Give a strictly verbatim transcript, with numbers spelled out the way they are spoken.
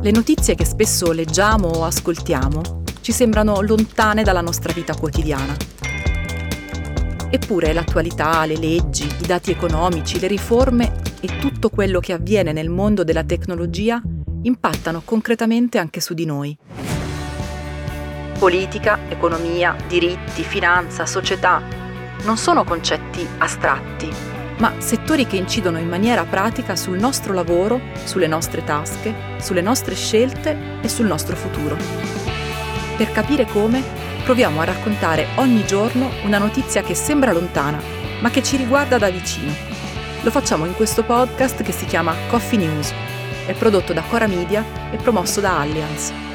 Le notizie che spesso leggiamo o ascoltiamo ci sembrano lontane dalla nostra vita quotidiana. Eppure l'attualità, le leggi, i dati economici, le riforme e tutto quello che avviene nel mondo della tecnologia impattano concretamente anche su di noi. Politica, economia, diritti, finanza, società non sono concetti astratti, ma settori che incidono in maniera pratica sul nostro lavoro, sulle nostre tasche, sulle nostre scelte e sul nostro futuro. Per capire come, proviamo a raccontare ogni giorno una notizia che sembra lontana, ma che ci riguarda da vicino. Lo facciamo in questo podcast che si chiama Coffee News. È prodotto da Cora Media e promosso da Allianz.